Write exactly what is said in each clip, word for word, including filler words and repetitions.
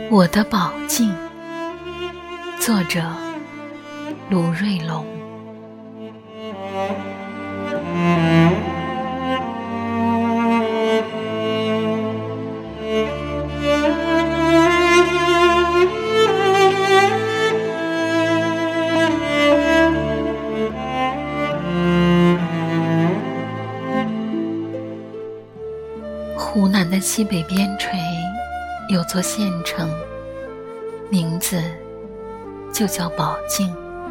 我的宝镜，作者卢瑞龙。湖南的西北边陲有座县城，名字就叫宝镜。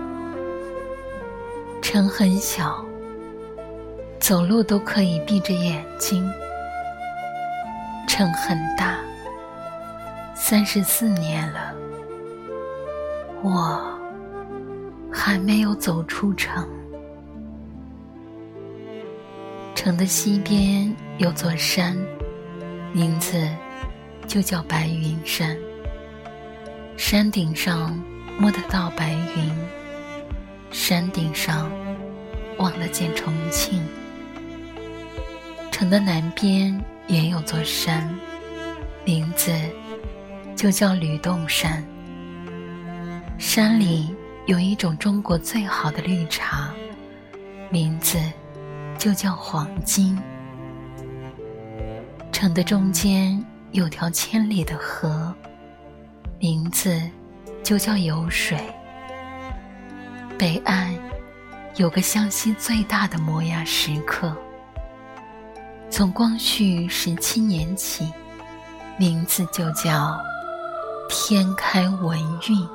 城很小，走路都可以闭着眼睛。城很大，三十四年了，我还没有走出城。城的西边有座山，名字就叫白云山。山顶上摸得到白云，山顶上望得见重庆。城的南边也有座山，名字就叫吕洞山。山里有一种中国最好的绿茶，名字就叫黄金。城的中间有条千里的河，名字就叫有水。北岸有个湘西最大的摩崖石刻，从光绪十七年起，名字就叫天开文运。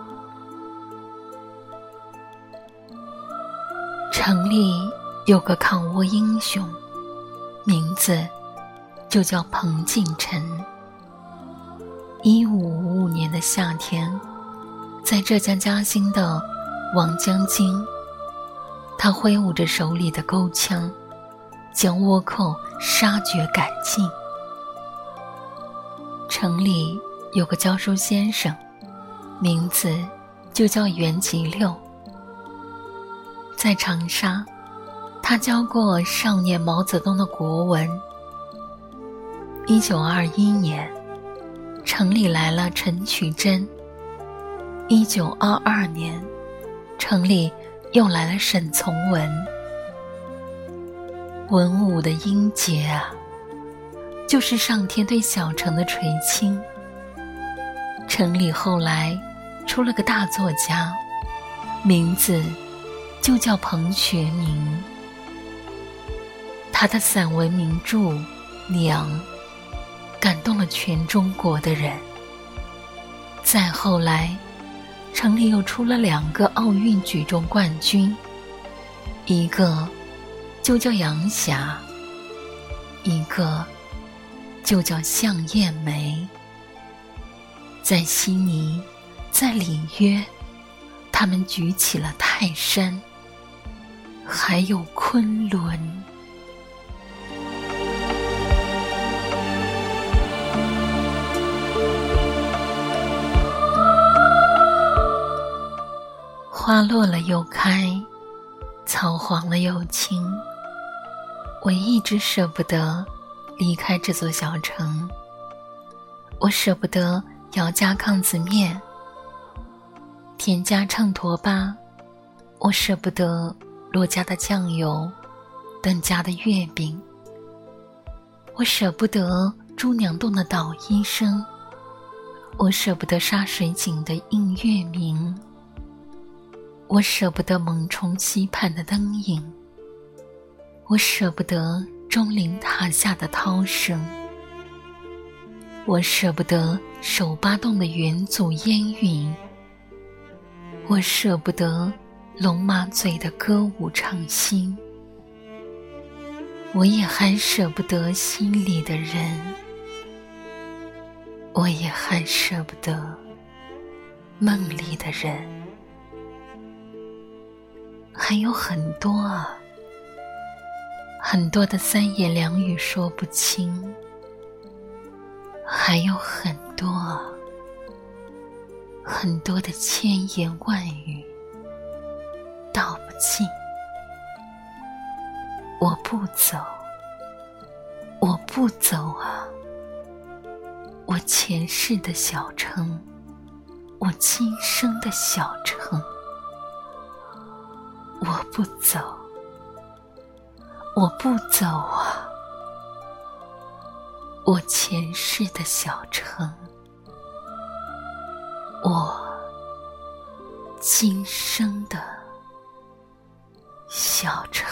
城里有个抗倭英雄，名字就叫彭敬臣。一五五五年的夏天，在浙江嘉兴的王江津，他挥舞着手里的钩枪，将倭寇杀绝赶尽。城里有个教书先生，名字就叫袁吉六。在长沙，他教过少年毛泽东的国文。一九二一年，城里来了陈渠珍。一九二二年，城里又来了沈从文。文武的英杰啊，就是上天对小城的垂青。城里后来出了个大作家，名字就叫彭学明。他的散文名著《娘》感动了全中国的人。再后来，城里又出了两个奥运举重冠军，一个就叫杨霞，一个就叫向艳梅。在悉尼，在里约，他们举起了泰山，还有昆仑。花落了又开，草黄了又青。我一直舍不得离开这座小城，我舍不得姚家糠子面，田家秤砣粑，我舍不得罗家的酱油，邓家的月饼，我舍不得朱娘洞的捣衣声，我舍不得沙水井的映月明，我舍不得蒙冲溪畔的灯影，我舍不得钟灵塔下的涛声，我舍不得手巴洞的元祖烟云，我舍不得龙马嘴的歌舞唱心，我也还舍不得心里的人，我也还舍不得梦里的人。还有很多啊，很多的三言两语说不清，还有很多啊，很多的千言万语道不尽。我不走，我不走啊，我前世的小城。 我今生的小城。我不走，我不走啊，我前世的小城，我今生的小城。